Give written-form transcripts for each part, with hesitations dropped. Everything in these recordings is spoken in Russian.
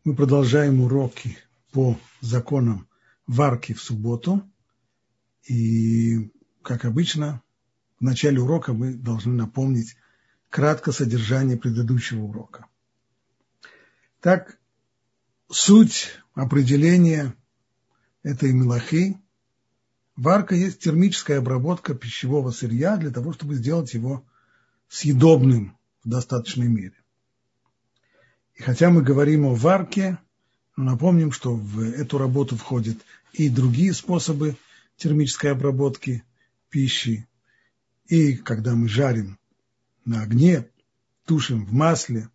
Мы продолжаем уроки по законам варки в субботу. И, как обычно, в начале урока мы должны напомнить кратко содержание предыдущего урока. Так, суть определения этой мелахи. Варка есть термическая обработка пищевого сырья для того, чтобы сделать его съедобным в достаточной мере. И хотя мы говорим о варке, напомним, что в эту работу входят и другие способы термической обработки пищи. И когда мы жарим на огне, тушим в масле,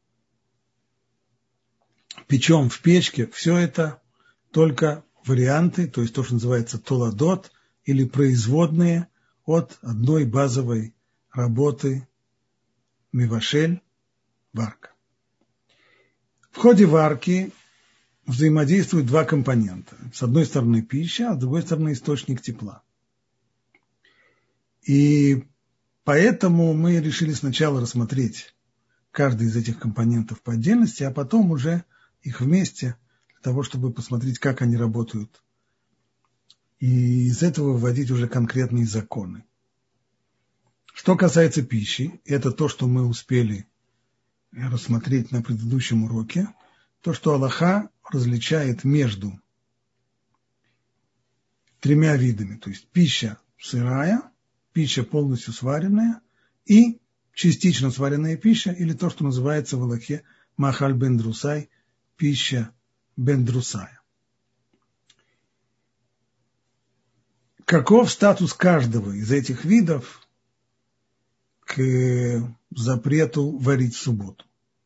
печем в печке, все это только варианты, то есть то, что называется толадот, или производные от одной базовой работы мивашель, варка. В ходе варки взаимодействуют два компонента. С одной стороны пища, а с другой стороны источник тепла. И поэтому мы решили сначала рассмотреть каждый из этих компонентов по отдельности, а потом уже их вместе, для того, чтобы посмотреть, как они работают. И из этого выводить уже конкретные законы. Что касается пищи, это то, что мы успели рассмотреть на предыдущем уроке, то, что алаха различает между тремя видами, то есть пища сырая, пища полностью сваренная и частично сваренная пища, или то, что называется в алахе махаль бен друсай, пища бен друсая. Каков статус каждого из этих видов к запрету варить в субботу?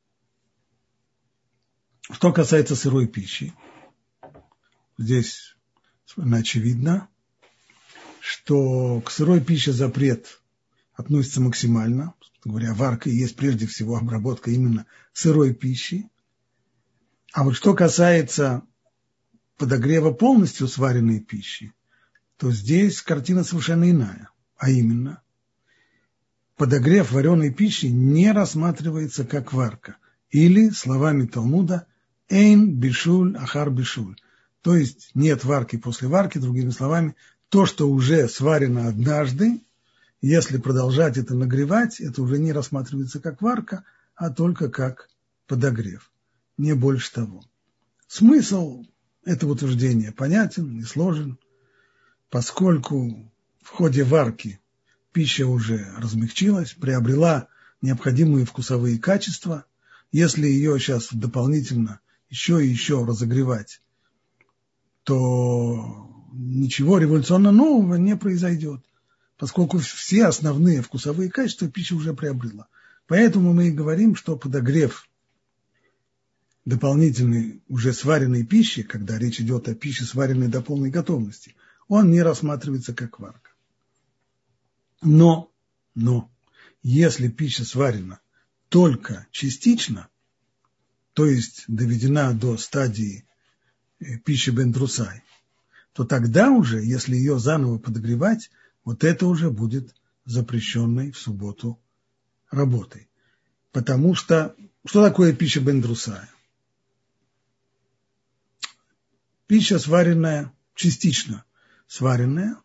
Что касается сырой пищи, здесь очевидно, что к сырой пище запрет относится максимально. Говоря, варка и есть прежде всего обработка именно сырой пищи. А вот что касается подогрева полностью сваренной пищи, то здесь картина совершенно иная. А именно, подогрев вареной пищи не рассматривается как варка. Или, словами Талмуда, «эйн бишуль ахар бишуль». То есть нет варки после варки, другими словами, то, что уже сварено однажды, если продолжать это нагревать, это уже не рассматривается как варка, а только как подогрев. Не больше того. Смысл этого утверждения понятен и сложен, поскольку в ходе варки пища уже размягчилась, приобрела необходимые вкусовые качества. Если ее сейчас дополнительно еще и еще разогревать, то ничего революционно нового не произойдет, поскольку все основные вкусовые качества пища уже приобрела. Поэтому мы и говорим, что подогрев дополнительной уже сваренной пищи, когда речь идет о пище, сваренной до полной готовности, он не рассматривается как варка. Но, если пища сварена только частично, то есть доведена до стадии пищи бен друсай, то тогда уже, если ее заново подогревать, вот это уже будет запрещенной в субботу работой. Потому что такое пища бен друсай? Пища сваренная, частично сваренная.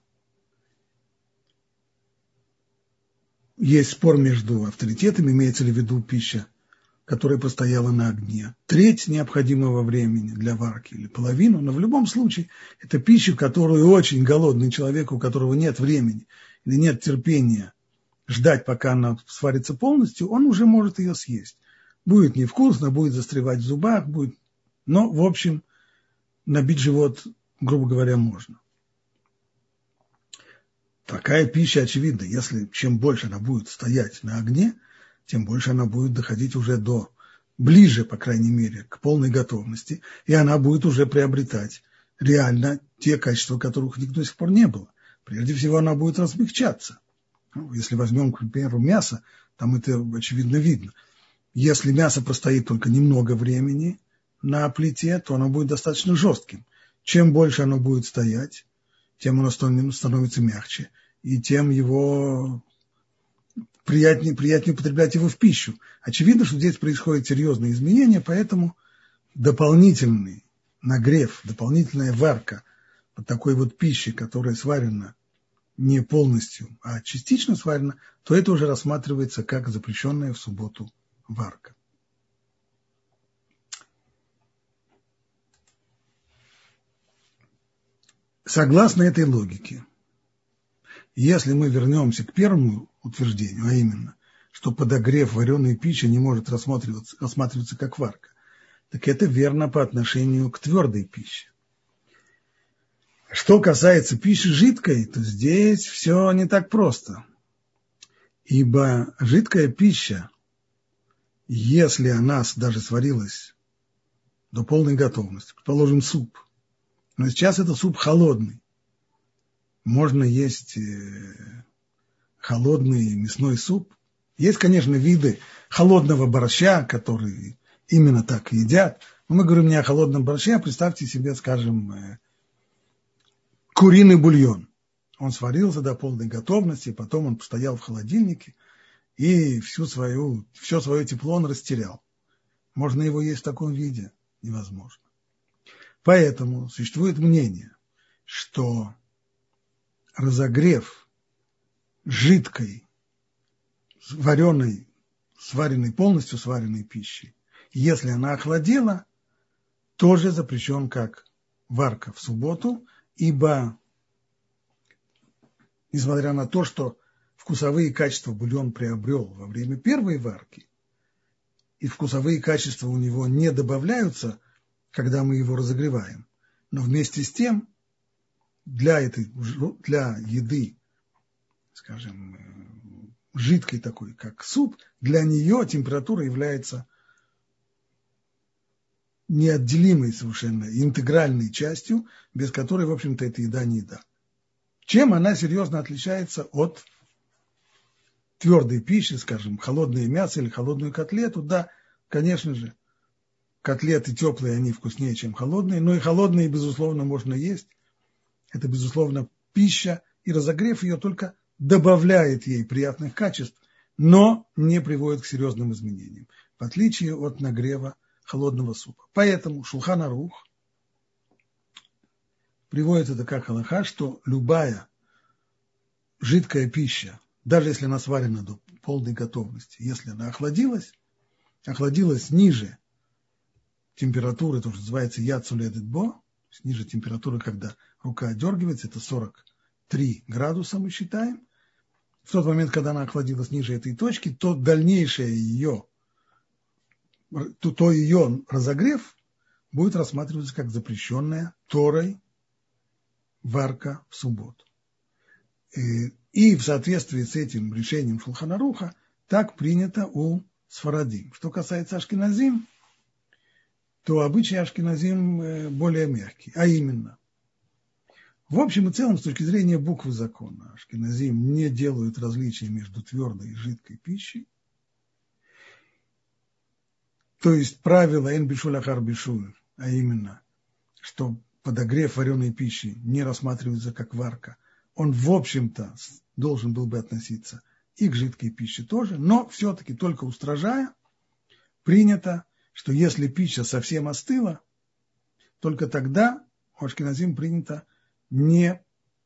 Есть спор между авторитетами, имеется ли в виду пища, которая постояла на огне, треть необходимого времени для варки или половину, но в любом случае это пища, которую очень голодный человек, у которого нет времени или нет терпения ждать, пока она сварится полностью, он уже может ее съесть. Будет невкусно, будет застревать в зубах, но, в общем, набить живот, грубо говоря, можно. Такая пища, очевидно, если чем больше она будет стоять на огне, тем больше она будет доходить уже ближе, по крайней мере, к полной готовности, и она будет уже приобретать реально те качества, которых у них до сих пор не было. Прежде всего, она будет размягчаться. Если возьмем, к примеру, мясо, там это очевидно видно. Если мясо простоит только немного времени на плите, то оно будет достаточно жестким. Чем больше оно будет стоять, тем оно становится мягче, и тем его приятнее употреблять его в пищу. Очевидно, что здесь происходят серьезные изменения, поэтому дополнительный нагрев, дополнительная варка вот такой вот пищи, которая сварена не полностью, а частично сварена, то это уже рассматривается как запрещенная в субботу варка. Согласно этой логике, если мы вернемся к первому утверждению, а именно, что подогрев вареной пищи не может рассматриваться как варка, так это верно по отношению к твердой пище. Что касается пищи жидкой, то здесь все не так просто. Ибо жидкая пища, если она даже сварилась до полной готовности, предположим, суп, но сейчас это суп холодный, можно есть холодный мясной суп. Есть, конечно, виды холодного борща, которые именно так и едят. Но мы говорим не о холодном борще, а представьте себе, скажем, куриный бульон. Он сварился до полной готовности, потом он постоял в холодильнике, и все свое тепло он растерял. Можно его есть в таком виде? Невозможно. Поэтому существует мнение, что разогрев жидкой, полностью сваренной пищи, если она охладела, тоже запрещен как варка в субботу, ибо, несмотря на то, что вкусовые качества бульон приобрел во время первой варки, и вкусовые качества у него не добавляются, когда мы его разогреваем, но вместе с тем для еды, скажем, жидкой такой, как суп, для нее температура является неотделимой совершенно, интегральной частью, без которой, в общем-то, эта еда не еда. Чем она серьезно отличается от твердой пищи, скажем, холодное мясо или холодную котлету? Да, конечно же, котлеты теплые, они вкуснее, чем холодные, но и холодные, безусловно, можно есть. Это, безусловно, пища, и разогрев ее только добавляет ей приятных качеств, но не приводит к серьезным изменениям, в отличие от нагрева холодного супа. Поэтому Шулхан Арух приводит это как галаха, что любая жидкая пища, даже если она сварена до полной готовности, если она охладилась ниже температуры, то, что называется яцуледетбо, ниже температуры, когда рука отдергивается, это 43 градуса мы считаем. В тот момент, когда она охладилась ниже этой точки, то дальнейшее ее разогрев будет рассматриваться как запрещенная Торой варка в субботу. И в соответствии с этим решением Шулхан Аруха так принято у сфарадим. Что касается ашкеназим, то обычай ашкеназим более мягкий, а именно, в общем и целом, с точки зрения буквы закона, ашкеназим не делают различия между твердой и жидкой пищей. То есть правило эн бишуль ахар бишуль, а именно, что подогрев вареной пищи не рассматривается как варка, он, в общем-то, должен был бы относиться и к жидкой пище тоже, но все-таки только устражая, принято, что если пища совсем остыла, только тогда у ашкеназим принято не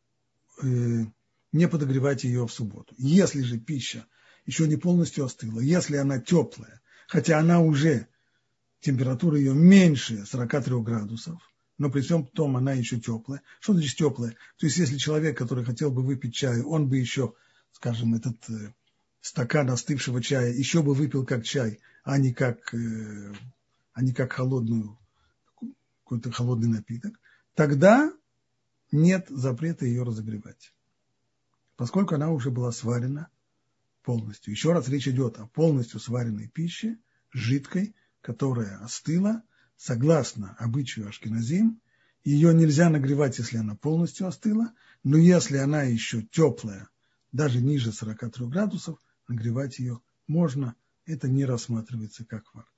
подогревать ее в субботу. Если же пища еще не полностью остыла, если она теплая, хотя она уже, температура ее меньше 43 градусов, но при всем том она еще теплая. Что значит теплая? То есть если человек, который хотел бы выпить чаю, он бы еще, скажем, этот стакан остывшего чая еще бы выпил как чай, а не как какой-то холодный напиток, тогда нет запрета ее разогревать, поскольку она уже была сварена полностью. Еще раз речь идет о полностью сваренной пище, жидкой, которая остыла. Согласно обычаю ашкеназим, ее нельзя нагревать, если она полностью остыла, но если она еще теплая, даже ниже 43 градусов, нагревать ее можно, это не рассматривается как варка.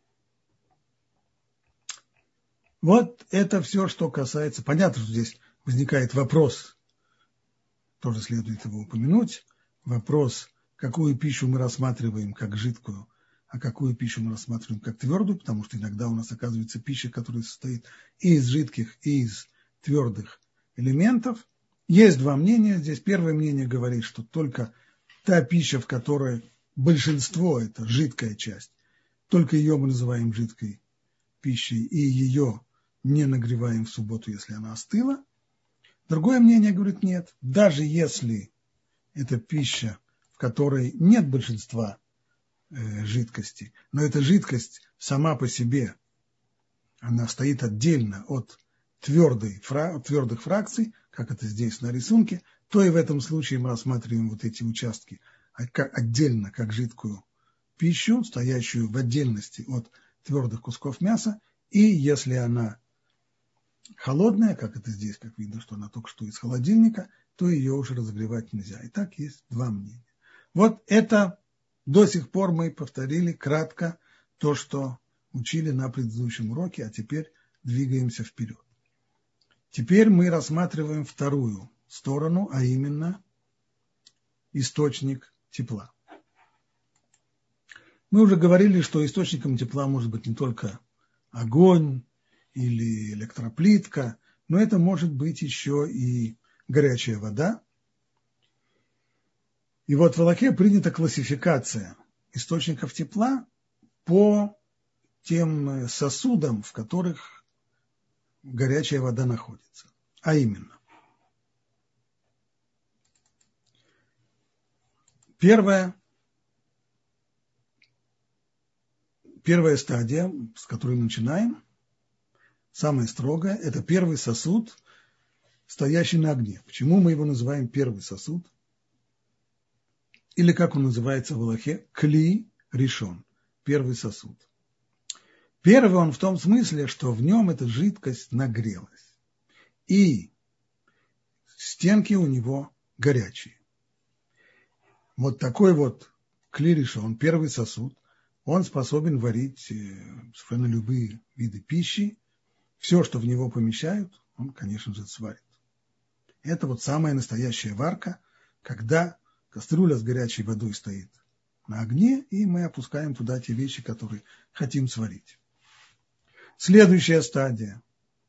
Вот это все, что касается. Понятно, что здесь возникает вопрос, тоже следует его упомянуть, вопрос, какую пищу мы рассматриваем как жидкую, а какую пищу мы рассматриваем как твердую, потому что иногда у нас оказывается пища, которая состоит и из жидких, и из твердых элементов. Есть два мнения. Здесь первое мнение говорит, что только та пища, в которой большинство – это жидкая часть, только ее мы называем жидкой пищей, и ее не нагреваем в субботу, если она остыла. Другое мнение говорит, нет, даже если это пища, в которой нет большинства жидкости, но эта жидкость сама по себе, она стоит отдельно от твердых фракций, как это здесь на рисунке, то и в этом случае мы рассматриваем вот эти участки отдельно, как жидкую пищу, стоящую в отдельности от твердых кусков мяса, и если она холодная, как это здесь, как видно, что она только что из холодильника, то ее уже разогревать нельзя. И так есть два мнения. Вот это до сих пор мы повторили кратко то, что учили на предыдущем уроке, а теперь двигаемся вперед. Теперь мы рассматриваем вторую сторону, а именно источник тепла. Мы уже говорили, что источником тепла может быть не только огонь или электроплитка, но это может быть еще и горячая вода. И вот в Алахе принята классификация источников тепла по тем сосудам, в которых горячая вода находится. А именно, первая стадия, с которой мы начинаем, самая строгая, это первый сосуд, стоящий на огне. Почему мы его называем первый сосуд? Или как он называется в Алахе? Кли ришон, первый сосуд. Первый он в том смысле, что в нем эта жидкость нагрелась. И стенки у него горячие. Вот такой вот кли ришон, первый сосуд, он способен варить совершенно любые виды пищи. Все, что в него помещают, он, конечно же, сварит. Это вот самая настоящая варка, когда кастрюля с горячей водой стоит на огне, и мы опускаем туда те вещи, которые хотим сварить. Следующая стадия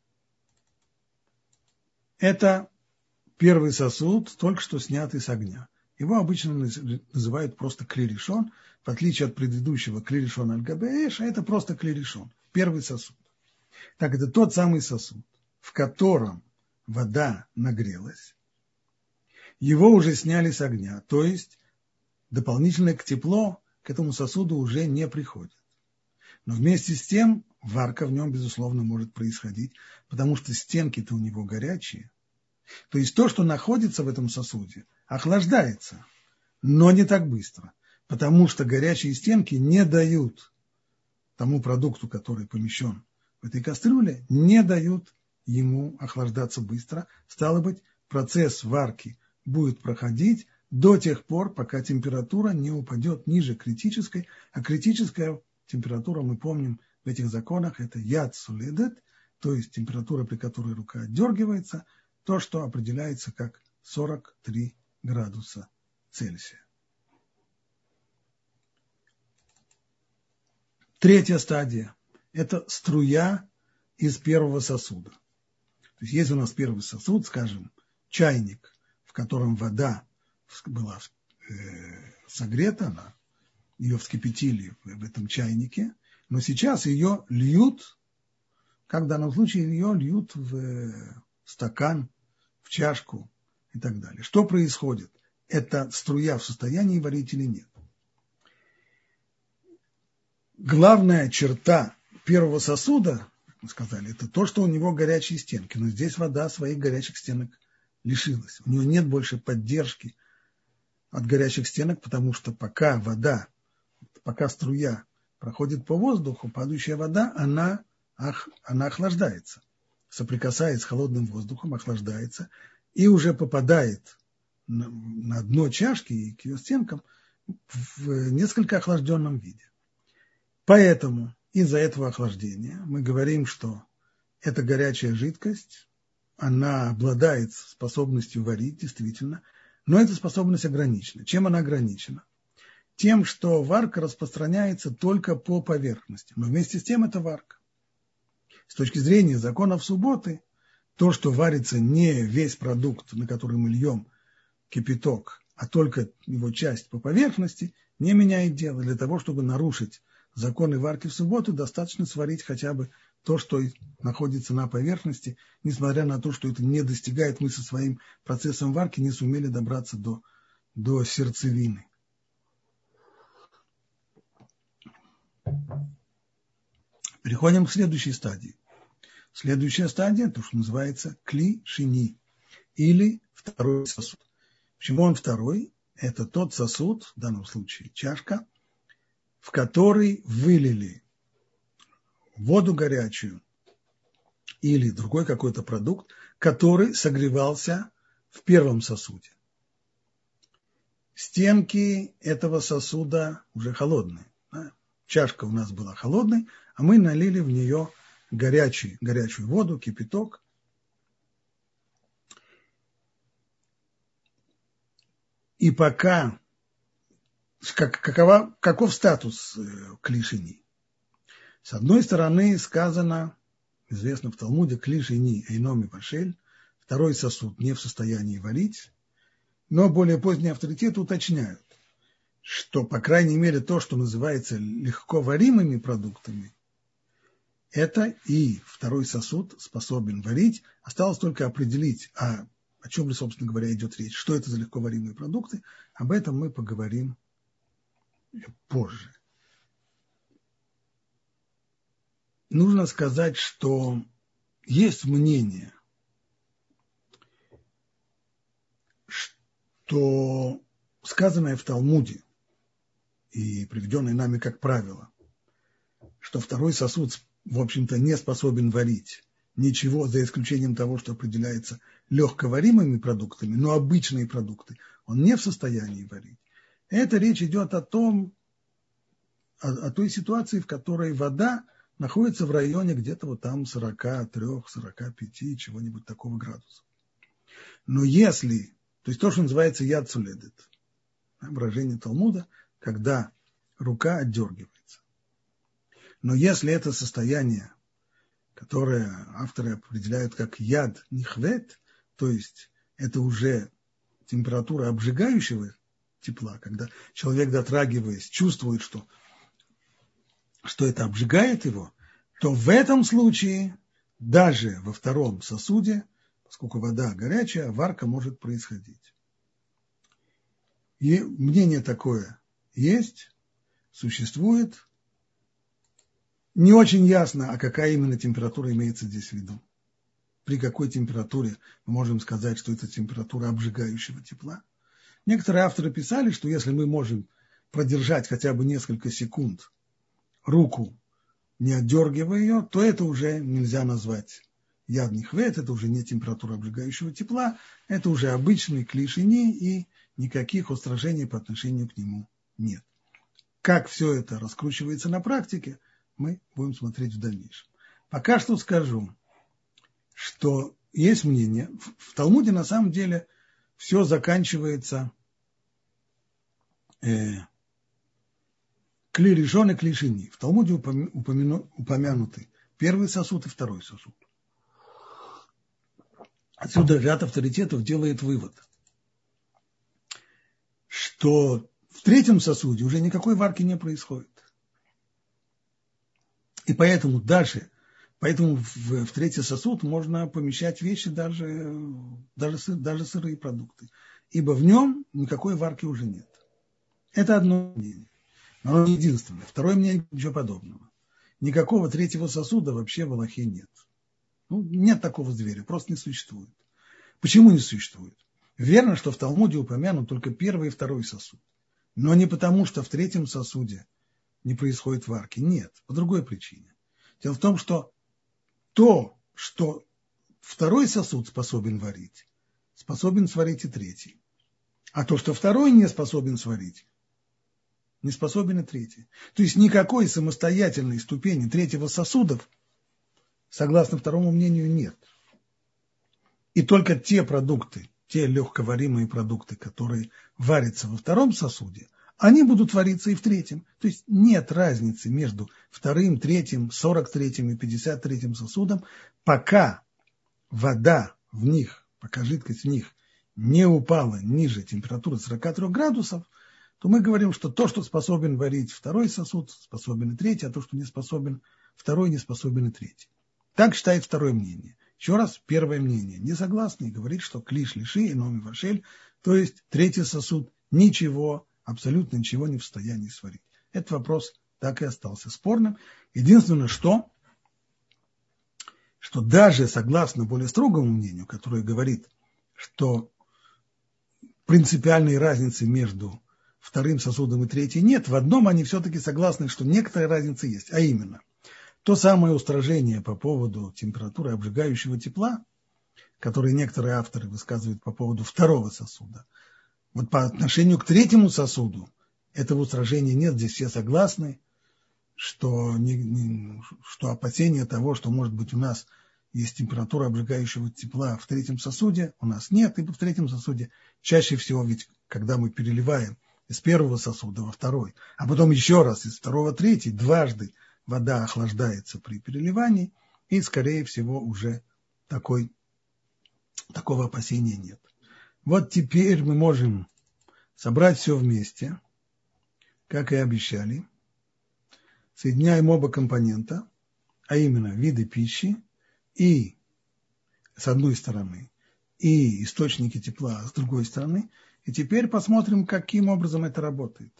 – это первый сосуд, только что снятый с огня. Его обычно называют просто кли ришон, в отличие от предыдущего кли ришон аль-габи эш, а это просто кли ришон, первый сосуд. Так это тот самый сосуд, в котором вода нагрелась, его уже сняли с огня, то есть дополнительное тепло к этому сосуду уже не приходит. Но вместе с тем варка в нем, безусловно, может происходить, потому что стенки-то у него горячие. То есть то, что находится в этом сосуде, охлаждается, но не так быстро, потому что горячие стенки не дают тому продукту, который помещен в этой кастрюле, не дают ему охлаждаться быстро. Стало быть, процесс варки будет проходить до тех пор, пока температура не упадет ниже критической, а критическая температура, мы помним в этих законах, это яд суледет, то есть температура, при которой рука отдергивается, то, что определяется как 43 градуса Цельсия. Третья стадия – это струя из первого сосуда. То есть если у нас первый сосуд, скажем, чайник, в котором вода была согрета, ее вскипятили в этом чайнике, но сейчас ее льют, как в данном случае ее льют в стакан, в чашку и так далее. Что происходит? Эта струя в состоянии варить или нет? Главная черта первого сосуда, как мы сказали, это то, что у него горячие стенки. Но здесь вода своих горячих стенок лишилась. У нее нет больше поддержки от горячих стенок, потому что пока струя проходит по воздуху, падающая вода, она охлаждается. Соприкасаясь с холодным воздухом, охлаждается и уже попадает на дно чашки и к ее стенкам в несколько охлажденном виде. Поэтому из-за этого охлаждения мы говорим, что эта горячая жидкость, она обладает способностью варить, действительно, но эта способность ограничена. Чем она ограничена? тем, что варка распространяется только по поверхности. Но вместе с тем это варка. С точки зрения законов субботы, то, что варится не весь продукт, на который мы льем кипяток, а только его часть по поверхности, не меняет дело. Для того, чтобы нарушить законы варки в субботу, достаточно сварить хотя бы то, что находится на поверхности, несмотря на то, что это не достигает, мы со своим процессом варки не сумели добраться до сердцевины. Переходим к следующей стадии. Следующая стадия, то, что называется кли шини, или второй сосуд. Почему он второй? Это тот сосуд, в данном случае чашка, в который вылили воду горячую или другой какой-то продукт, который согревался в первом сосуде. Стенки этого сосуда уже холодные. Да? Чашка у нас была холодной, а мы налили в нее горячую воду, кипяток. И пока, каков статус кли шини? С одной стороны сказано, известно в Талмуде, кли шини эйно мивашель, второй сосуд не в состоянии варить, но более поздние авторитеты уточняют, что, по крайней мере, то, что называется легко варимыми продуктами, это и второй сосуд способен варить. Осталось только определить, о чем же, собственно говоря, идет речь. Что это за легко варимые продукты? Об этом мы поговорим позже. Нужно сказать, что есть мнение, что сказанное в Талмуде и приведенное нами как правило, что второй сосуд, в общем-то, не способен варить ничего, за исключением того, что определяется легковаримыми продуктами, но обычные продукты он не в состоянии варить. Это речь идет о той ситуации, в которой вода находится в районе где-то вот там 43-45, чего-нибудь такого градуса. Но если, то есть то, что называется яд цуледет, выражение Талмуда, когда рука отдергивается. Но если это состояние, которое авторы определяют как яд нихвет, то есть это уже температура обжигающего тепла, когда человек, дотрагиваясь, чувствует, что это обжигает его, то в этом случае даже во втором сосуде, поскольку вода горячая, варка может происходить. И мнение такое есть, существует. Не очень ясно, а какая именно температура имеется здесь в виду. При какой температуре мы можем сказать, что это температура обжигающего тепла. Некоторые авторы писали, что если мы можем продержать хотя бы несколько секунд руку, не отдергивая ее, то это уже нельзя назвать яд нихвет, это уже не температура обжигающего тепла, это уже обычный кли шини, и никаких устражений по отношению к нему нет. Как все это раскручивается на практике, мы будем смотреть в дальнейшем. Пока что скажу, что есть мнение, в Талмуде на самом деле все заканчивается кли ришон и кли шини. В Талмуде упомянуты первый сосуд и второй сосуд. Отсюда ряд авторитетов делает вывод, что в третьем сосуде уже никакой варки не происходит. И поэтому в третий сосуд можно помещать вещи, даже сырые продукты. Ибо в нем никакой варки уже нет. Это одно мнение. Но оно не единственное. Второе мнение – ничего подобного. Никакого третьего сосуда вообще в Алахе нет. Нет такого зверя, просто не существует. Почему не существует? Верно, что в Талмуде упомянут только первый и второй сосуд. Но не потому, что в третьем сосуде не происходит варки. Нет, по другой причине. Дело в том, что то, что второй сосуд способен варить, способен сварить и третий. А то, что второй не способен сварить, не способен и третий. То есть никакой самостоятельной ступени третьего сосуда, согласно второму мнению, нет. И только те продукты, те легковаримые продукты, которые варятся во втором сосуде, они будут вариться и в третьем. То есть нет разницы между вторым, третьим, 43-м и 53-м сосудом, пока вода в них, пока жидкость в них не упала ниже температуры 43 градусов, то мы говорим, что то, что способен варить второй сосуд, способен и третий, а то, что не способен второй, не способен и третий. Так считает второе мнение. Еще раз, первое мнение. Не согласны и говорит, что клиш лиши и номи вашель, то есть третий сосуд ничего, абсолютно ничего не в состоянии сварить. Этот вопрос так и остался спорным. Единственное, что даже согласно более строгому мнению, которое говорит, что принципиальной разницы между вторым сосудом и третьим нет, в одном они все-таки согласны, что некоторая разница есть, а именно то самое устражение по поводу температуры обжигающего тепла, которое некоторые авторы высказывают по поводу второго сосуда. Вот по отношению к третьему сосуду этого устражения нет, здесь все согласны, что опасение того, что, может быть, у нас есть температура обжигающего тепла в третьем сосуде, у нас нет, ибо в третьем сосуде чаще всего, ведь когда мы переливаем из первого сосуда во второй, а потом еще раз из второго в третий, дважды вода охлаждается при переливании, и, скорее всего, уже такого опасения нет. Вот теперь мы можем собрать все вместе, как и обещали. Соединяем оба компонента, а именно виды пищи, и с одной стороны, и источники тепла с другой стороны. И теперь посмотрим, каким образом это работает.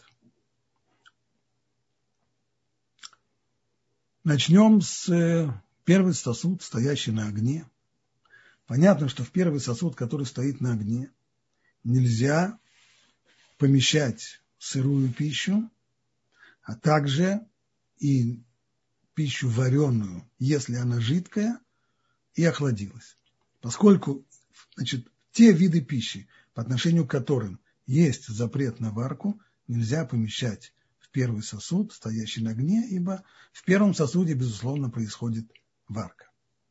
Начнем с первый сосуд, стоящий на огне. Понятно, что в первый сосуд, который стоит на огне, нельзя помещать сырую пищу, а также и пищу вареную, если она жидкая и охладилась. Поскольку, те виды пищи, по отношению к которым есть запрет на варку, нельзя помещать в первый сосуд, стоящий на огне, ибо в первом сосуде, безусловно, происходит варка.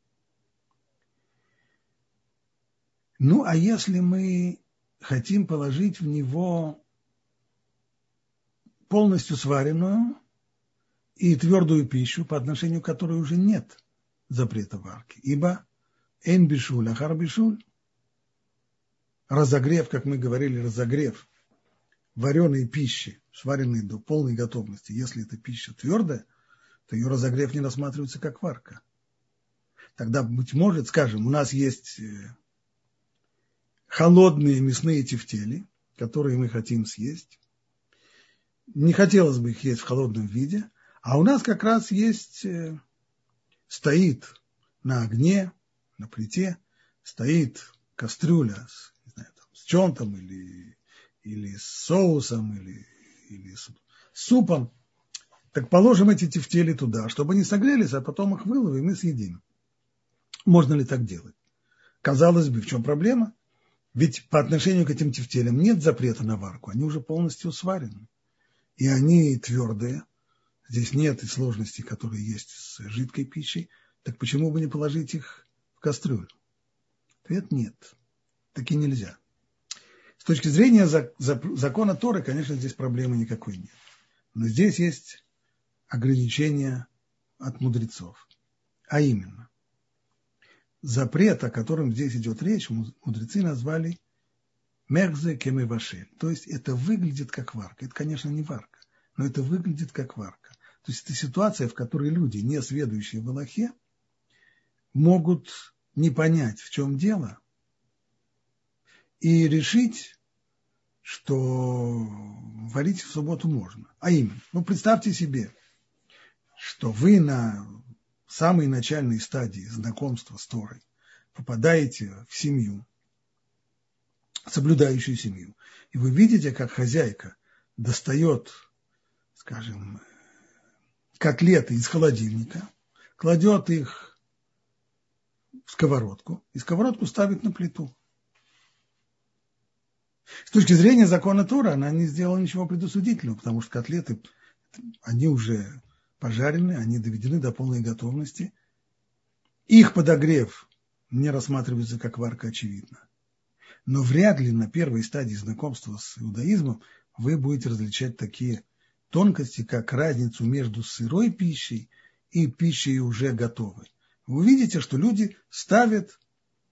Ну, а если мы хотим положить в него полностью сваренную и твердую пищу, по отношению к которой уже нет запрета варки, ибо эн бишуль, ахар бишуль, разогрев, как мы говорили, разогрев вареной пищи, сваренной до полной готовности, если эта пища твердая, то ее разогрев не рассматривается как варка. Тогда, быть может, скажем, у нас есть холодные мясные тефтели, которые мы хотим съесть. Не хотелось бы их есть в холодном виде, а у нас как раз есть, стоит на огне, на плите, стоит кастрюля с чем-то, или с соусом, или с супом. Так положим эти тефтели туда, чтобы они согрелись, а потом их выловим и съедим. Можно ли так делать? Казалось бы, в чем проблема? Ведь по отношению к этим тефтелям нет запрета на варку, они уже полностью сварены. И они твердые, здесь нет и сложностей, которые есть с жидкой пищей, так почему бы не положить их в кастрюлю? Ответ нет, таки нельзя. С точки зрения закона Торы, конечно, здесь проблемы никакой нет. Но здесь есть ограничения от мудрецов. А именно, запрет, о котором здесь идет речь, мудрецы назвали мехзе кемевашель. То есть это выглядит как варка. Это, конечно, не варка, но это выглядит как варка. То есть это ситуация, в которой люди, не сведущие в Алахе, могут не понять, в чем дело, и решить, что варить в субботу можно. А именно, представьте себе, что вы на самой начальной стадии знакомства с Торой попадаете в семью, соблюдающую семью, и вы видите, как хозяйка достает, скажем, котлеты из холодильника, кладет их в сковородку, и сковородку ставит на плиту. С точки зрения закона Тора она не сделала ничего предосудительного, потому что котлеты, они уже пожарены, они доведены до полной готовности. Их подогрев не рассматривается как варка, очевидно. Но вряд ли на первой стадии знакомства с иудаизмом вы будете различать такие тонкости, как разницу между сырой пищей и пищей уже готовой. Вы увидите, что люди ставят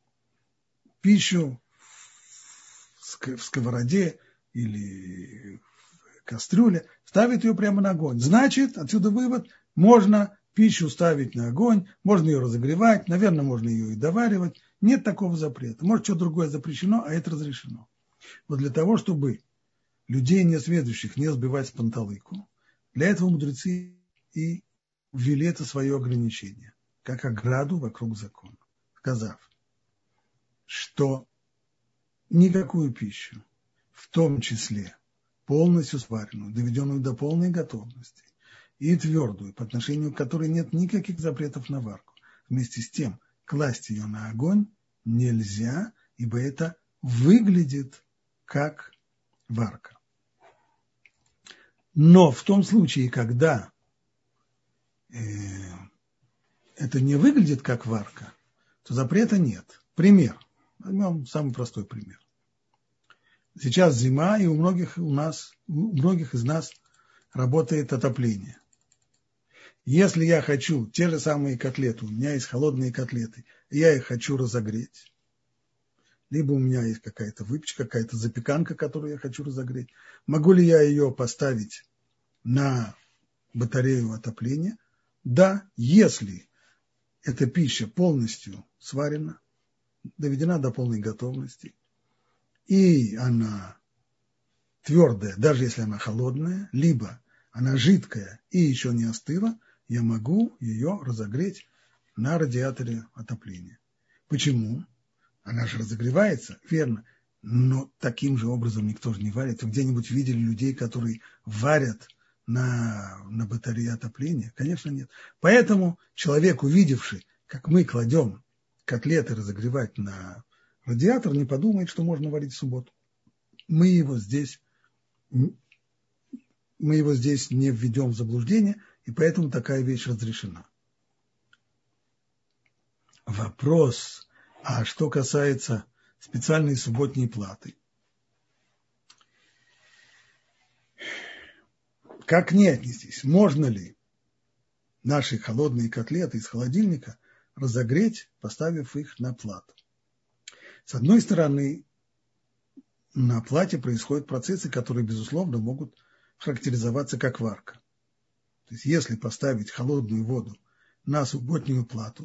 пищу в сковороде или в кастрюле, ставят ее прямо на огонь. Значит, отсюда вывод, можно пищу ставить на огонь, можно ее разогревать, наверное, можно ее и доваривать. Нет такого запрета. Может, что другое запрещено, а это разрешено. Вот для того, чтобы людей несведущих не сбивать с панталыку, для этого мудрецы и ввели это свое ограничение, как ограду вокруг закона, сказав, что никакую пищу, в том числе полностью сваренную, доведенную до полной готовности, и твердую, по отношению к которой нет никаких запретов на варку, вместе с тем класть ее на огонь нельзя, ибо это выглядит как варка. Но в том случае, когда это не выглядит как варка, то запрета нет. Пример. Возьмем самый простой пример. Сейчас зима, и у многих из нас работает отопление. Если я хочу те же самые котлеты, у меня есть холодные котлеты, и я их хочу разогреть, либо у меня есть какая-то выпечка, какая-то запеканка, которую я хочу разогреть, могу ли я ее поставить на батарею отопления? Да, если эта пища полностью сварена, доведена до полной готовности, и она твердая, даже если она холодная, либо она жидкая и еще не остыла, я могу ее разогреть на радиаторе отопления. Почему? Она же разогревается, верно, но таким же образом никто же не варит. Вы где-нибудь видели людей, которые варят на батарее отопления? Конечно, нет. Поэтому человек, увидевший, как мы кладем котлеты разогревать на радиатор, не подумает, что можно варить в субботу. Мы его здесь не введем в заблуждение, и поэтому такая вещь разрешена. Вопрос, а что касается специальной субботней платы? Как к ней отнестись? Можно ли наши холодные котлеты из холодильника разогреть, поставив их на плату? С одной стороны, на плате происходят процессы, которые, безусловно, могут характеризоваться как варка. То есть, если поставить холодную воду на субботнюю плату,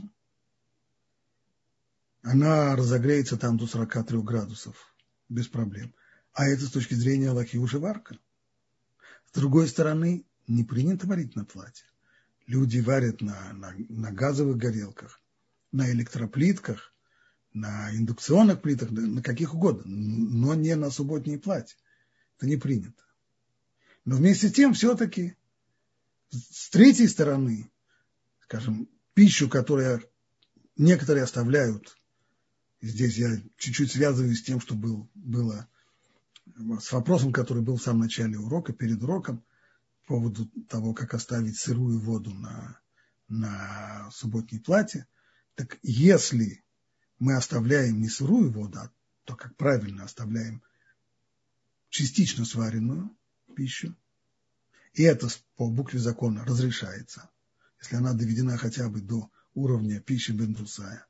она разогреется там до 43 градусов без проблем. А это с точки зрения алахи уже варка. С другой стороны, не принято варить на плате. Люди варят на газовых горелках, на электроплитках, на индукционных плитах, на каких угодно, но не на субботней плате. Это не принято. Но вместе с тем все-таки с третьей стороны, скажем, пищу, которую некоторые оставляют, здесь я чуть-чуть связываюсь с тем, что было с вопросом, который был в самом начале урока, перед уроком, по поводу того, как оставить сырую воду на субботней плате. Так если мы оставляем не сырую воду, а то, как правильно оставляем частично сваренную пищу, и это по букве закона разрешается, если она доведена хотя бы до уровня пищи бен-брусая.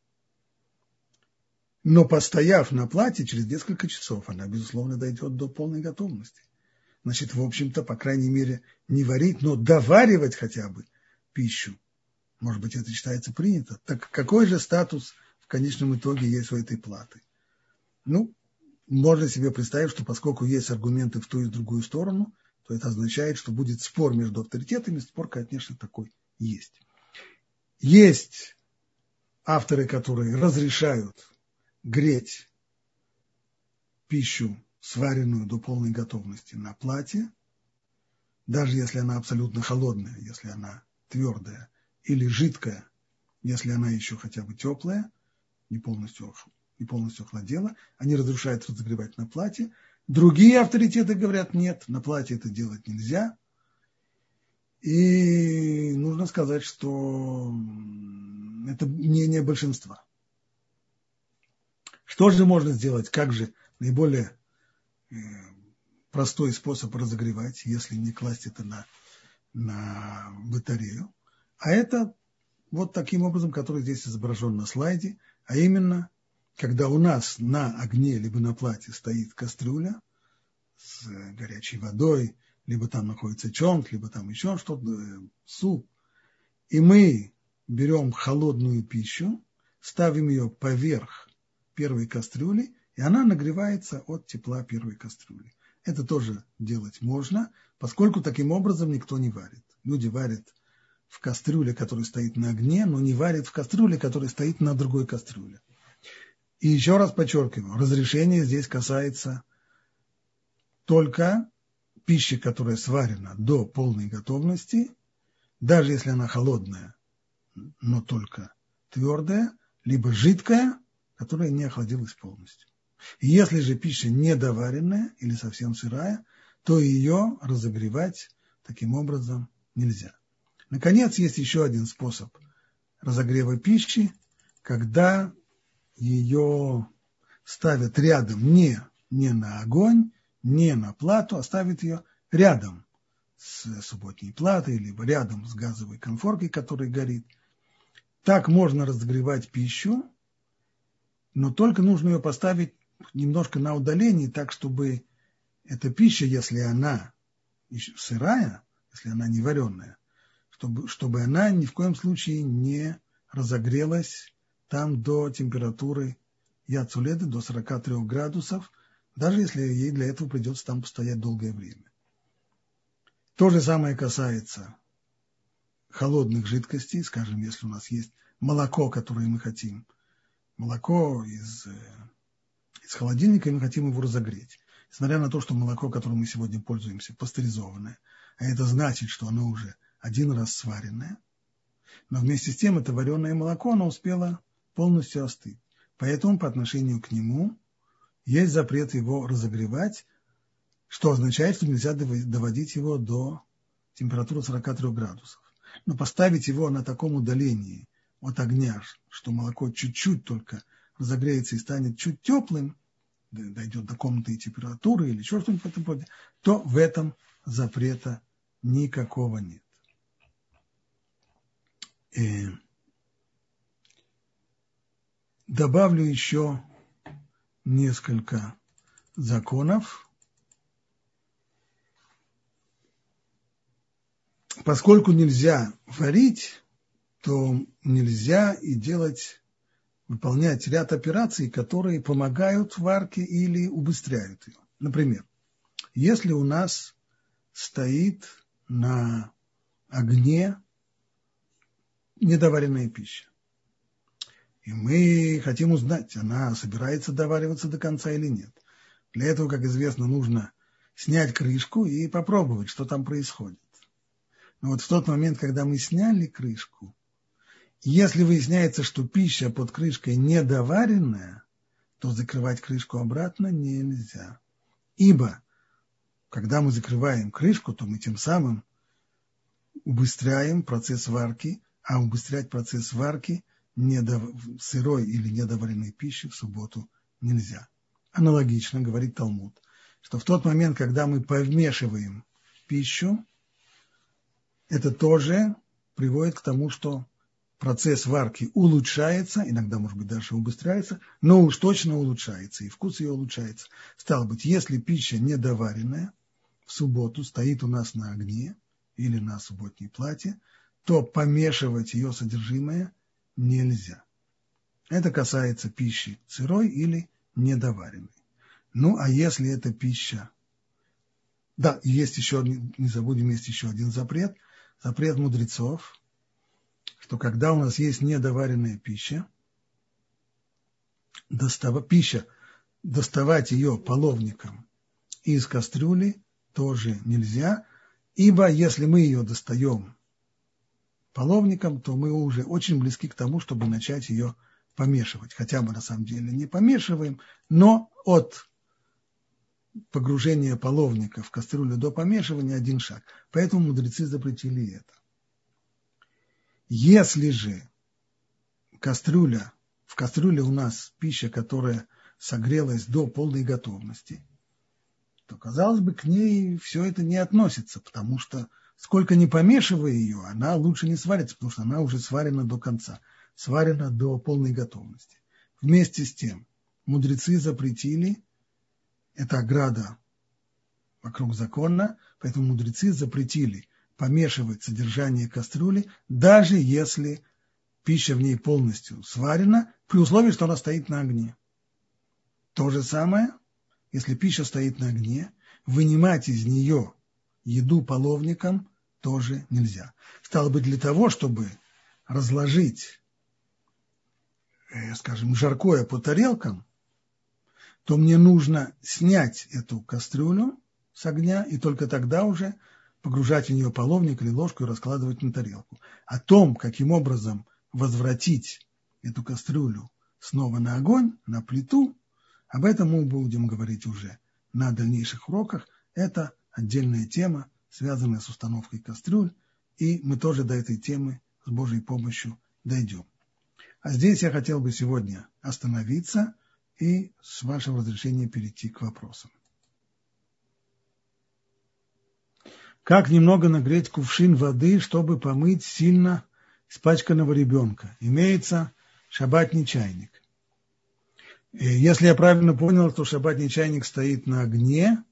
Но постояв на плате, через несколько часов она, безусловно, дойдет до полной готовности. Значит, в общем-то, по крайней мере, не варить, но доваривать хотя бы пищу. Может быть, это считается принято. Так какой же статус в конечном итоге есть у этой платы? Ну, можно себе представить, что поскольку есть аргументы в ту и в другую сторону, то это означает, что будет спор между авторитетами. Спор, конечно, такой есть. Есть авторы, которые разрешают греть пищу, сваренную до полной готовности, на плате, даже если она абсолютно холодная, если она твердая, или жидкая, если она еще хотя бы теплая, не полностью охладела, они разрешают разогревать на плате. Другие авторитеты говорят, нет, на плате это делать нельзя. И нужно сказать, что это мнение большинства. Что же можно сделать? Как же наиболее простой способ разогревать, если не класть это на батарею. А это вот таким образом, который здесь изображен на слайде, а именно, когда у нас на огне либо на плате стоит кастрюля с горячей водой, либо там находится чонт, либо там еще что-то, суп, и мы берем холодную пищу, ставим ее поверх первой кастрюли, и она нагревается от тепла первой кастрюли. Это тоже делать можно, поскольку таким образом никто не варит. Люди варят в кастрюле, которая стоит на огне, но не варят в кастрюле, которая стоит на другой кастрюле. И еще раз подчеркиваю, разрешение здесь касается только пищи, которая сварена до полной готовности, даже если она холодная, но только твердая, либо жидкая, которая не охладилась полностью. И если же пища недоваренная или совсем сырая, то ее разогревать таким образом нельзя. Наконец, есть еще один способ разогрева пищи, когда ее ставят рядом не на огонь, не на плату, а ставят ее рядом с субботней платой, либо рядом с газовой конфоркой, которая горит. Так можно разогревать пищу, но только нужно ее поставить немножко на удалении, так, чтобы эта пища, если она сырая, если она не вареная, чтобы она ни в коем случае не разогрелась там до температуры яцуледы, до 43 градусов, даже если ей для этого придется там постоять долгое время. То же самое касается холодных жидкостей, скажем, если у нас есть молоко, которое мы хотим, молоко из холодильника, и мы хотим его разогреть. Несмотря на то, что молоко, которым мы сегодня пользуемся, пастеризованное, а это значит, что оно уже один раз сваренное, но вместе с тем это вареное молоко, оно успело полностью остыть. Поэтому по отношению к нему есть запрет его разогревать, что означает, что нельзя доводить его до температуры 43 градусов. Но поставить его на таком удалении от огня, что молоко чуть-чуть только разогреется и станет чуть теплым, дойдет до комнатной температуры или еще что-нибудь в этом роде, то в этом запрета никакого нет. И добавлю еще несколько законов. Поскольку нельзя варить, то нельзя и выполнять ряд операций, которые помогают варке или убыстряют ее. Например, если у нас стоит на огне недоваренная пища, и мы хотим узнать, она собирается довариваться до конца или нет. Для этого, как известно, нужно снять крышку и попробовать, что там происходит. Но вот в тот момент, когда мы сняли крышку, если выясняется, что пища под крышкой недоваренная, то закрывать крышку обратно нельзя. Ибо, когда мы закрываем крышку, то мы тем самым убыстряем процесс варки, а убыстрять процесс варки сырой или недоваренной пищи в субботу нельзя. Аналогично, говорит Талмуд, что в тот момент, когда мы помешиваем пищу, это тоже приводит к тому, что процесс варки улучшается, иногда, может быть, даже убыстряется, но уж точно улучшается, и вкус ее улучшается. Стало быть, если пища недоваренная в субботу стоит у нас на огне или на субботней плате, то помешивать ее содержимое нельзя. Это касается пищи сырой или недоваренной. Ну, а если эта пища... Да, и есть еще, не забудем, есть еще один запрет. Запрет мудрецов, что когда у нас есть недоваренная пища, доставать ее половником из кастрюли тоже нельзя, ибо если мы ее достаем половником, то мы уже очень близки к тому, чтобы начать ее помешивать. Хотя мы на самом деле не помешиваем, но от погружения половника в кастрюлю до помешивания один шаг. Поэтому мудрецы запретили это. Если же в кастрюле у нас пища, которая согрелась до полной готовности, то, казалось бы, к ней все это не относится, потому что сколько ни помешивая ее, она лучше не сварится, потому что она уже сварена до конца, сварена до полной готовности. Вместе с тем, мудрецы запретили, это ограда вокруг закона, поэтому мудрецы запретили помешивать содержание кастрюли, даже если пища в ней полностью сварена, при условии, что она стоит на огне. То же самое, если пища стоит на огне, вынимать из нее еду половником тоже нельзя. Стало быть, для того, чтобы разложить, скажем, жаркое по тарелкам, то мне нужно снять эту кастрюлю с огня и только тогда уже погружать в нее половник или ложку и раскладывать на тарелку. О том, каким образом возвратить эту кастрюлю снова на огонь, на плиту, об этом мы будем говорить уже на дальнейших уроках. Это отдельная тема, связанная с установкой кастрюль, и мы тоже до этой темы с Божьей помощью дойдем. А здесь я хотел бы сегодня остановиться и с вашего разрешения перейти к вопросам. Как немного нагреть кувшин воды, чтобы помыть сильно испачканного ребенка? Имеется шаббатный чайник. И если я правильно понял, то шаббатный чайник стоит на огне,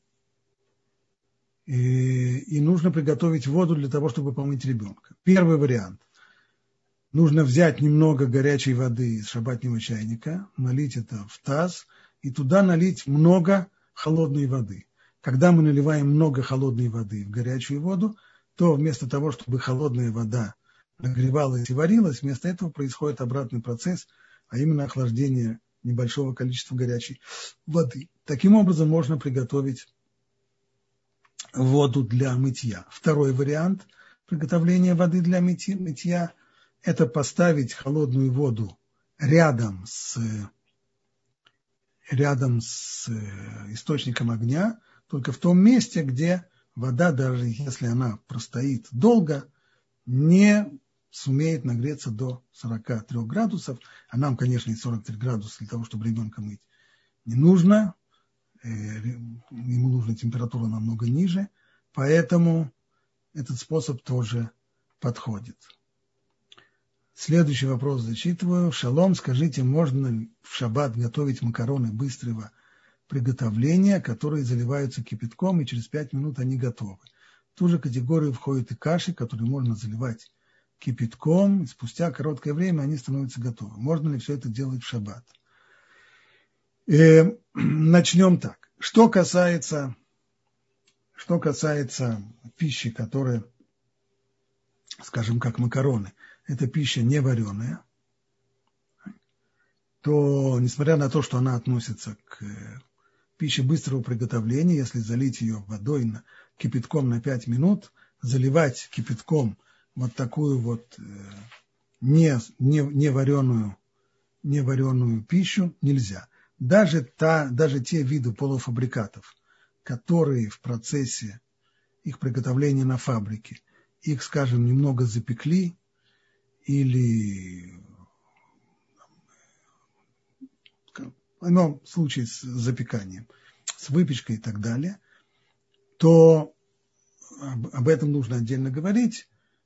и нужно приготовить воду для того, чтобы помыть ребенка. Первый вариант. Нужно взять немного горячей воды из шаббатного чайника, налить это в таз и туда налить много холодной воды. Когда мы наливаем много холодной воды в горячую воду, то вместо того, чтобы холодная вода нагревалась и варилась, вместо этого происходит обратный процесс, а именно охлаждение небольшого количества горячей воды. Таким образом можно приготовить воду для мытья. Второй вариант приготовления воды для мытья – это поставить холодную воду рядом с источником огня, только в том месте, где вода, даже если она простоит долго, не сумеет нагреться до 43 градусов, а нам, конечно, и 43 градуса для того, чтобы ребенка мыть, не нужно, ему нужна температура намного ниже, поэтому этот способ тоже подходит. Следующий вопрос зачитываю. Шалом, скажите, можно ли в шаббат готовить макароны быстрого приготовления, которые заливаются кипятком, и через 5 минут они готовы? В ту же категорию входят и каши, которые можно заливать кипятком, и спустя короткое время они становятся готовы. Можно ли все это делать в шаббат? Начнем так. Что касается пищи, которая, скажем, как макароны, это пища не вареная, то, несмотря на то, что она относится к пище быстрого приготовления, если залить ее водой кипятком на 5 минут, заливать кипятком вот такую вот не вареную пищу нельзя. Даже те виды полуфабрикатов, которые в процессе их приготовления на фабрике, их, скажем, немного запекли или в ином случае с запеканием, с выпечкой и так далее, то об этом нужно отдельно говорить.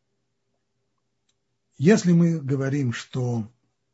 Если мы говорим, что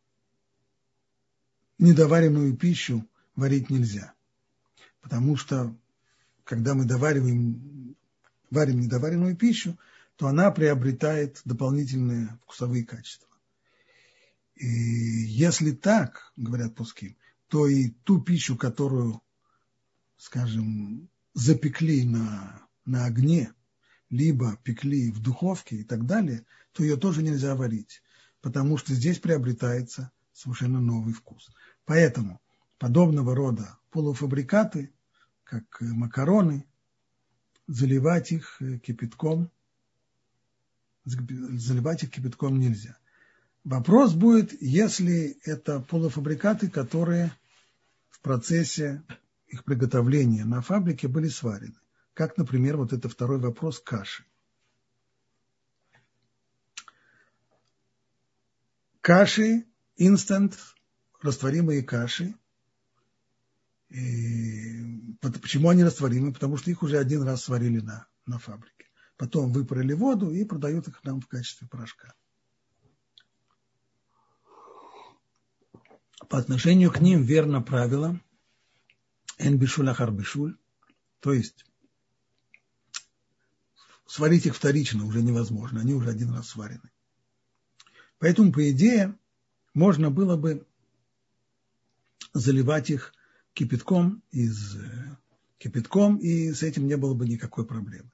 недоваренную пищу варить нельзя, потому что когда мы варим недоваренную пищу, то она приобретает дополнительные вкусовые качества. И если так, говорят пуским, то и ту пищу, которую, скажем, запекли на огне, либо пекли в духовке и так далее, то ее тоже нельзя варить, потому что здесь приобретается совершенно новый вкус. Поэтому подобного рода полуфабрикаты, как макароны, заливать их кипятком нельзя. Вопрос будет, если это полуфабрикаты, которые в процессе их приготовления на фабрике были сварены. Как, например, вот это второй вопрос каши. Каши, инстант, растворимые каши, Почему они растворимы? Потому что их уже один раз сварили на фабрике. Потом выпарили воду и продают их нам в качестве порошка. По отношению к ним верно правило «эн бишуль ахар бишуль», то есть сварить их вторично уже невозможно, они уже один раз сварены. Поэтому, по идее, можно было бы заливать их кипятком, и с этим не было бы никакой проблемы.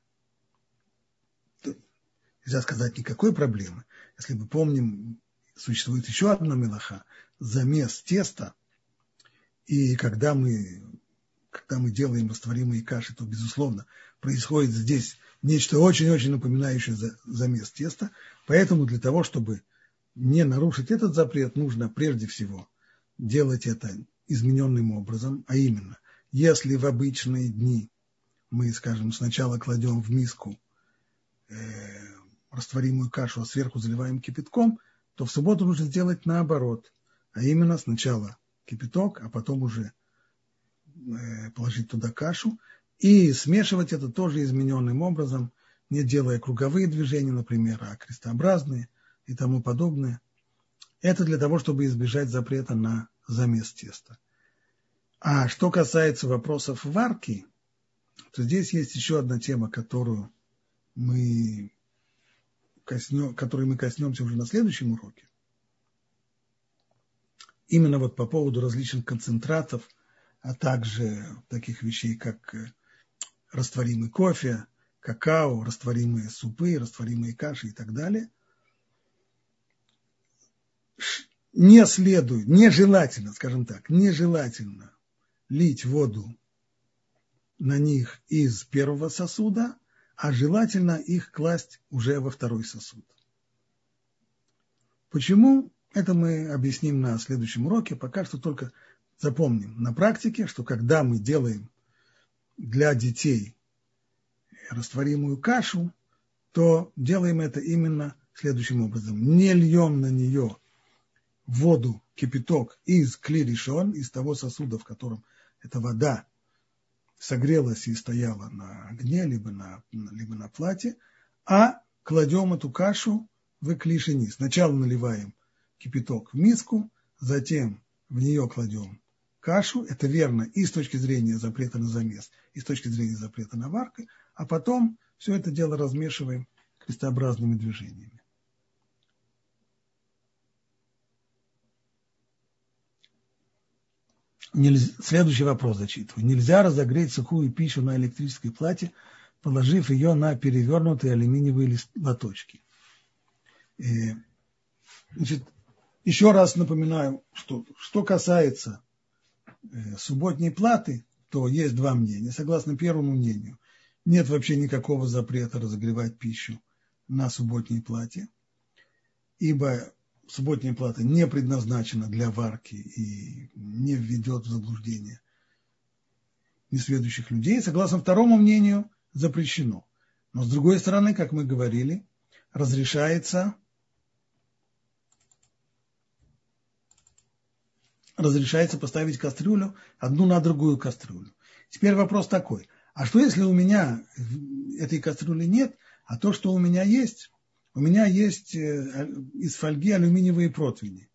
Нельзя сказать никакой проблемы. Если мы помним, существует еще одна мелаха – замес теста. И когда мы делаем растворимые каши, то, безусловно, происходит здесь нечто очень-очень напоминающее замес теста. Поэтому для того, чтобы не нарушить этот запрет, нужно прежде всего делать это измененным образом, а именно, если в обычные дни мы, скажем, сначала кладем в миску растворимую кашу, а сверху заливаем кипятком, то в субботу нужно сделать наоборот, а именно сначала кипяток, а потом уже положить туда кашу и смешивать это тоже измененным образом, не делая круговые движения, например, а крестообразные и тому подобное. Это для того, чтобы избежать запрета на замес теста. А что касается вопросов варки, то здесь есть еще одна тема, которой мы коснемся уже на следующем уроке. Именно вот по поводу различных концентратов, а также таких вещей, как растворимый кофе, какао, растворимые супы, растворимые каши и так далее. Нежелательно, скажем так, нежелательно лить воду на них из первого сосуда, а желательно их класть уже во второй сосуд. Почему? Это мы объясним на следующем уроке. Пока что только запомним на практике, что когда мы делаем для детей растворимую кашу, то делаем это именно следующим образом. Не льем на нее воду, кипяток из кли ришон, из того сосуда, в котором эта вода согрелась и стояла на огне, либо на плате, а кладем эту кашу в кли шени. Сначала наливаем кипяток в миску, затем в нее кладем кашу. Это верно и с точки зрения запрета на замес, и с точки зрения запрета на варку, а потом все это дело размешиваем крестообразными движениями. Следующий вопрос зачитываю. Нельзя разогреть сухую пищу на электрической плате, положив ее на перевернутые алюминиевые лоточки. Значит, еще раз напоминаю, что касается субботней платы, то есть два мнения. Согласно первому мнению, нет вообще никакого запрета разогревать пищу на субботней плате, ибо субботняя плата не предназначена для варки и не введет в заблуждение несведущих людей. Согласно второму мнению, запрещено. Но с другой стороны, как мы говорили, разрешается поставить кастрюлю одну на другую кастрюлю. Теперь вопрос такой. А что если у меня этой кастрюли нет, а то, что у меня есть из фольги алюминиевые противни.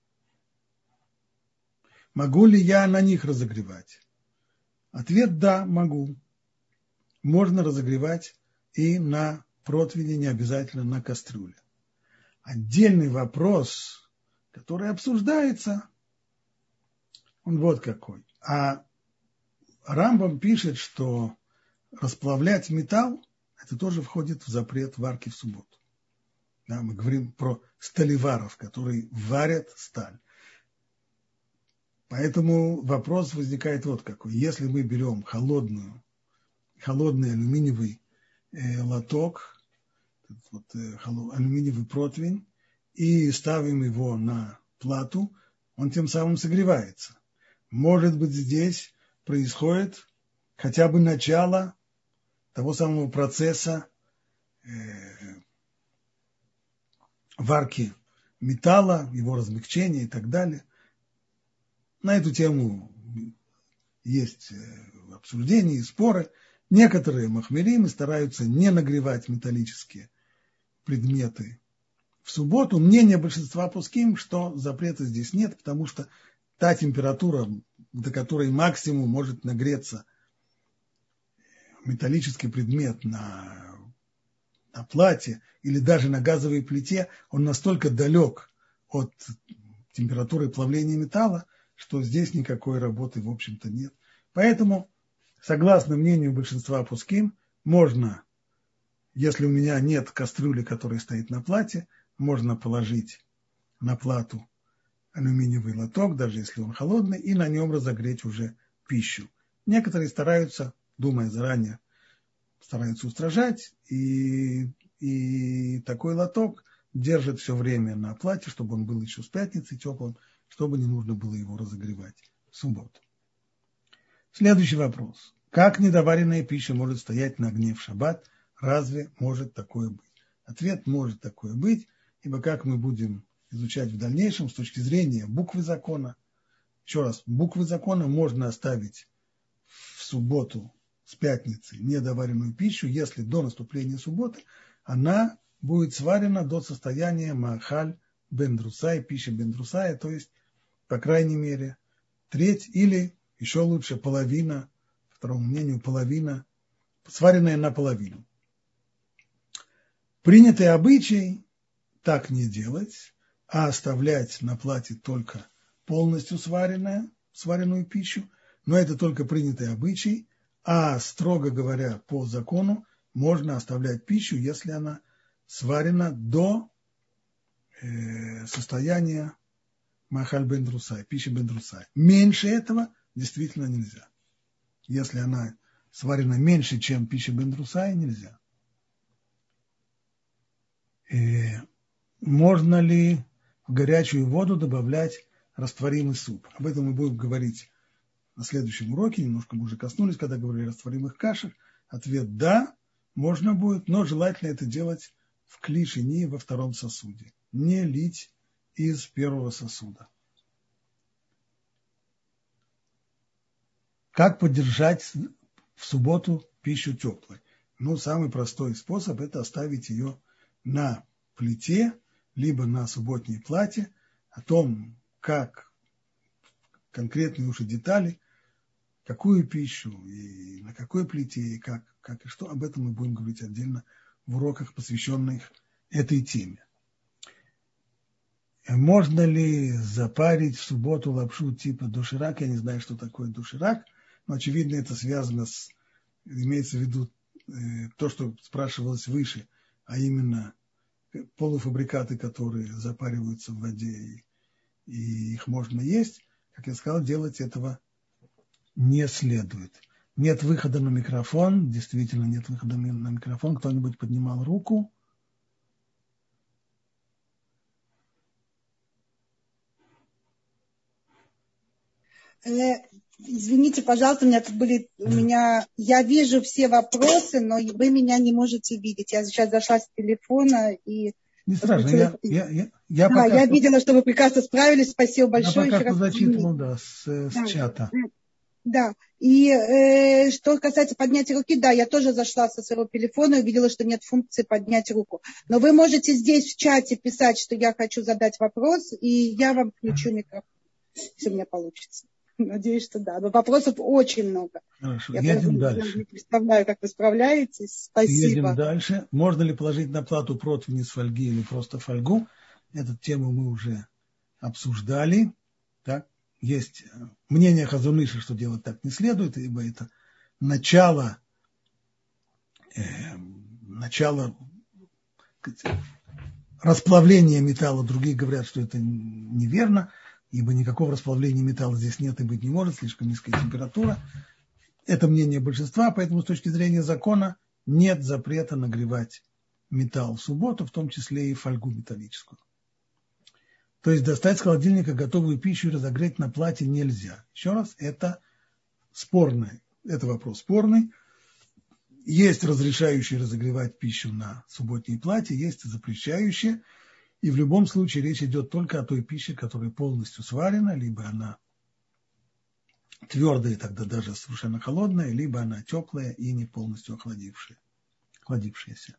Могу ли я на них разогревать? Ответ – да, могу. Можно разогревать и на противне, не обязательно на кастрюле. Отдельный вопрос, который обсуждается, он вот какой. А Рамбам пишет, что расплавлять металл – это тоже входит в запрет варки в субботу. Да, мы говорим про сталеваров, которые варят сталь. Поэтому вопрос возникает вот какой. Если мы берем холодный алюминиевый лоток, алюминиевый противень, и ставим его на плату, он тем самым согревается. Может быть, здесь происходит хотя бы начало того самого процесса варки металла, его размягчения и так далее. На эту тему есть обсуждения и споры. Некоторые махмирим стараются не нагревать металлические предметы в субботу. Мнение большинства пуским, что запрета здесь нет, потому что та температура, до которой максимум может нагреться металлический предмет на плате или даже на газовой плите, он настолько далек от температуры плавления металла, что здесь никакой работы, в общем-то, нет. Поэтому, согласно мнению большинства пуским, можно, если у меня нет кастрюли, которая стоит на плате, можно положить на плату алюминиевый лоток, даже если он холодный, и на нем разогреть уже пищу. Некоторые стараются, думая заранее, стараются устражать, и такой лоток держит все время на плате, чтобы он был еще с пятницы теплым, чтобы не нужно было его разогревать в субботу. Следующий вопрос. Как недоваренная пища может стоять на огне в шаббат? Разве может такое быть? Ответ: может такое быть, ибо как мы будем изучать в дальнейшем с точки зрения буквы закона. Еще раз, буквы закона можно оставить в субботу с пятницы недоваренную пищу, если до наступления субботы она будет сварена до состояния маахаль бендрусай, пища бендрусая, то есть, по крайней мере, треть или еще лучше половина, по второму мнению, половина, сваренная наполовину. Принятый обычай так не делать, а оставлять на плате только полностью сваренную пищу, но это только принятый обычай, а строго говоря, по закону можно оставлять пищу, если она сварена до состояния махаль бендрусай, пищи бендрусай. Меньше этого действительно нельзя. Если она сварена меньше, чем пища бендрусай, нельзя. Можно ли в горячую воду добавлять растворимый суп? Об этом мы будем говорить на следующем уроке. Немножко мы уже коснулись, когда говорили о растворимых кашах. Ответ: да, можно будет, но желательно это делать в кли шени, во втором сосуде. Не лить из первого сосуда. Как поддержать в субботу пищу теплой? Самый простой способ – это оставить ее на плите, либо на субботней плате. О том, как конкретные уже детали, какую пищу и на какой плите, и как и что, об этом мы будем говорить отдельно в уроках, посвященных этой теме. Можно ли запарить в субботу лапшу типа доширак? Я не знаю, что такое доширак, но очевидно это связано имеется в виду то, что спрашивалось выше, а именно полуфабрикаты, которые запариваются в воде, и их можно есть. Как я сказал, делать этого не следует. Нет выхода на микрофон. Действительно, нет выхода на микрофон. Кто-нибудь поднимал руку? Извините, пожалуйста, я вижу все вопросы, но вы меня не можете видеть. Я сейчас зашла с телефона и... Не страшно, я видела, что вы прекрасно справились. Спасибо большое. Я пока что зачитывал, с чата. Да, и что касается поднятия руки, да, я тоже зашла со своего телефона и увидела, что нет функции поднять руку. Но вы можете здесь в чате писать, что я хочу задать вопрос, и я вам включу микрофон, если у меня получится. Надеюсь, что да. Но вопросов очень много. Хорошо, едем дальше. Не представляю, как вы справляетесь. Спасибо. Едем дальше. Можно ли положить на плату противень из фольги или просто фольгу? Эту тему мы уже обсуждали. Так? Есть мнение Хазон Иша, что делать так не следует, ибо это начало расплавления металла. Другие говорят, что это неверно, ибо никакого расплавления металла здесь нет и быть не может, слишком низкая температура. Это мнение большинства, поэтому с точки зрения закона нет запрета нагревать металл в субботу, в том числе и фольгу металлическую. То есть достать с холодильника готовую пищу и разогреть на плате нельзя. Еще раз, это спорный, это вопрос спорный. Есть разрешающие разогревать пищу на субботней плате, есть запрещающие. И в любом случае речь идет только о той пище, которая полностью сварена, либо она твердая, тогда даже совершенно холодная, либо она теплая и не полностью охладившаяся.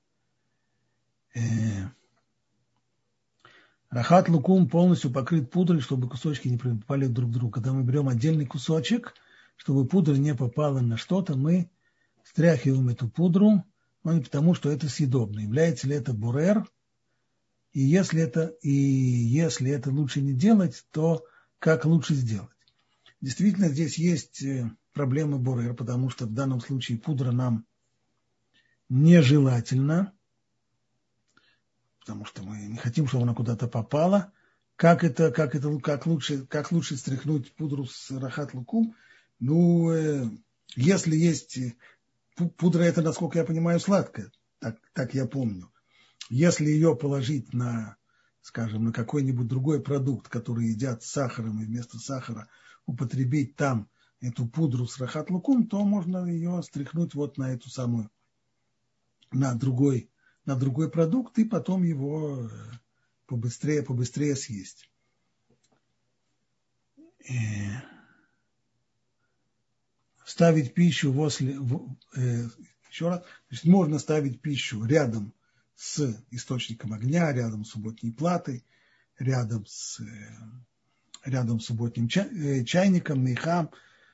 Рахат лукум полностью покрыт пудрой, чтобы кусочки не попали друг к другу. Когда мы берем отдельный кусочек, чтобы пудра не попала на что-то, мы стряхиваем эту пудру, но не потому, что это съедобно. Является ли это бурер? И если это лучше не делать, то как лучше сделать? Действительно, здесь есть проблема бурер, потому что в данном случае пудра нам нежелательна, потому что мы не хотим, чтобы она куда-то попала. Как лучше стряхнуть пудру с рахат лукум? Если есть пудра, это, насколько я понимаю, сладкая, так я помню. Если ее положить на, скажем, на какой-нибудь другой продукт, который едят с сахаром, и вместо сахара употребить там эту пудру с рахат лукум, то можно ее стряхнуть вот на эту самую, на другой продукт, и потом его побыстрее съесть. Ставить пищу еще раз, значит, можно ставить пищу рядом с источником огня, рядом с субботней платой, рядом с субботним чайником, мейхам,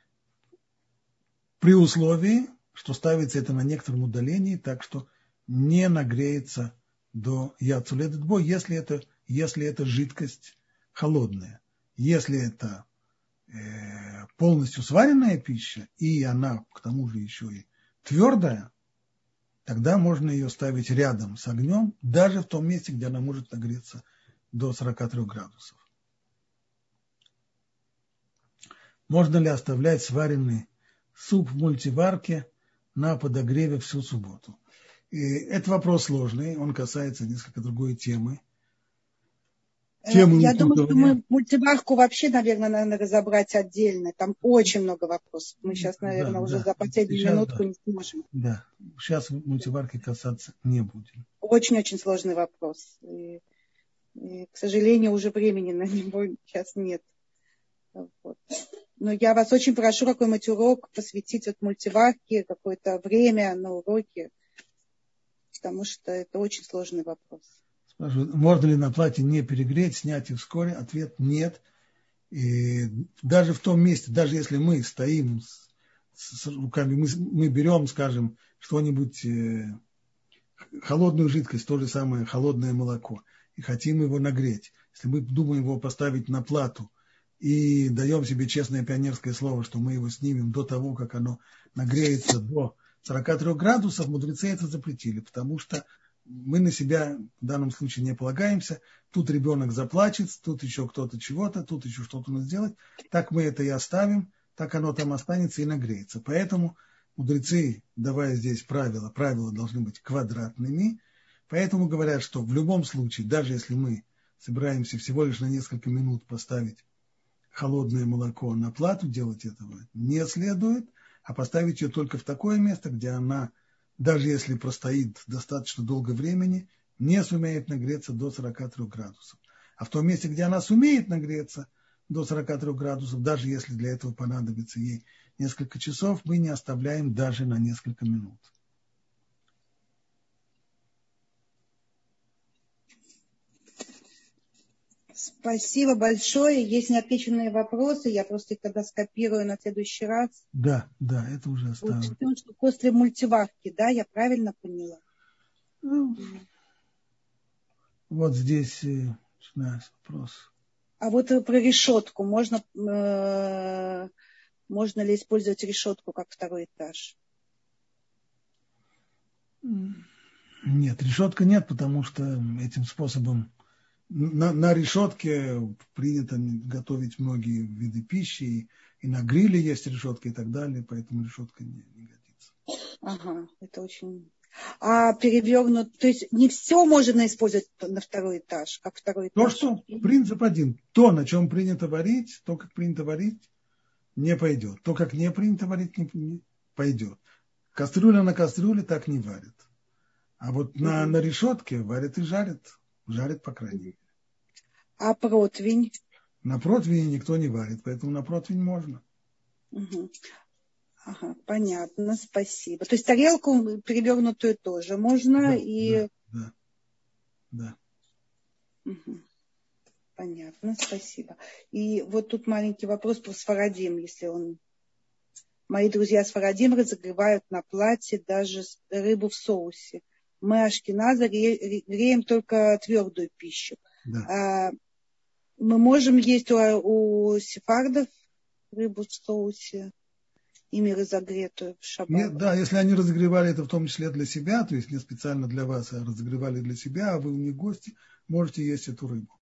при условии, что ставится это на некотором удалении, так что не нагреется до яцуледетбо, если это жидкость холодная. Если это полностью сваренная пища, и она к тому же еще и твердая, тогда можно ее ставить рядом с огнем, даже в том месте, где она может нагреться до 43 градусов. Можно ли оставлять сваренный суп в мультиварке на подогреве всю субботу? И это вопрос сложный, он касается несколько другой темы. Я думаю, что мы мультиварку вообще, наверное, надо разобрать отдельно. Там очень много вопросов. Мы сейчас, наверное, уже за последнюю минутку не сможем. Да, сейчас мультиварки касаться не будем. Очень-очень сложный вопрос. И, к сожалению, уже времени на него сейчас нет. Вот. Но я вас очень прошу какой-нибудь урок посвятить от мультиварке, какое-то время на уроке, потому что это очень сложный вопрос. Спрашивают, можно ли на платье не перегреть, снять их вскоре? Ответ – нет. И даже в том месте, даже если мы стоим с руками, мы берем, скажем, что-нибудь, холодную жидкость, то же самое холодное молоко, и хотим его нагреть. Если мы думаем его поставить на плату и даем себе честное пионерское слово, что мы его снимем до того, как оно нагреется до 43 градусов, мудрецы это запретили, потому что мы на себя в данном случае не полагаемся. Тут ребенок заплачет, тут еще кто-то чего-то, тут еще что-то надо сделать. Так мы это и оставим, так оно там останется и нагреется. Поэтому мудрецы, давая здесь правила должны быть квадратными. Поэтому говорят, что в любом случае, даже если мы собираемся всего лишь на несколько минут поставить холодное молоко на плату, делать этого не следует, а поставить ее только в такое место, где она, даже если простоит достаточно долго времени, не сумеет нагреться до 43 градусов. А в том месте, где она сумеет нагреться до 43 градусов, даже если для этого понадобится ей несколько часов, мы не оставляем даже на несколько минут. Спасибо большое. Есть неотвеченные вопросы. Я просто их тогда скопирую на следующий раз. Да, это уже оставлю. Учтем, что после мультиварки, да, я правильно поняла? Вот здесь вопрос. А вот про решетку. Можно ли использовать решетку как второй этаж? Нет, решетка нет, потому что этим способом на решетке принято готовить многие виды пищи, и на гриле есть решетка и так далее, поэтому решетка не годится. Ага, это очень... А перевернут, то есть не все можно использовать на второй этаж, как второй этаж? То, что принцип один, то, на чем принято варить, то, как принято варить, не пойдет. То, как не принято варить, не пойдет. Кастрюля на кастрюле так не варит. А вот на решетке варят и жарят. Жарят, по крайней мере. А противень? На противне никто не варит, поэтому на противень можно. Угу. Ага, понятно, спасибо. То есть тарелку перевернутую тоже можно и... Да. Угу. Понятно, спасибо. И вот тут маленький вопрос про сфарадим, если он... Мои друзья сфарадим разогревают на платье даже рыбу в соусе. Мы ашкеназы греем только твердую пищу. Да. Мы можем есть у сефардов рыбу в соусе, ими разогретую в шаббат? Нет, да, если они разогревали это в том числе для себя, то есть не специально для вас, а разогревали для себя, а вы у них гости, можете есть эту рыбу.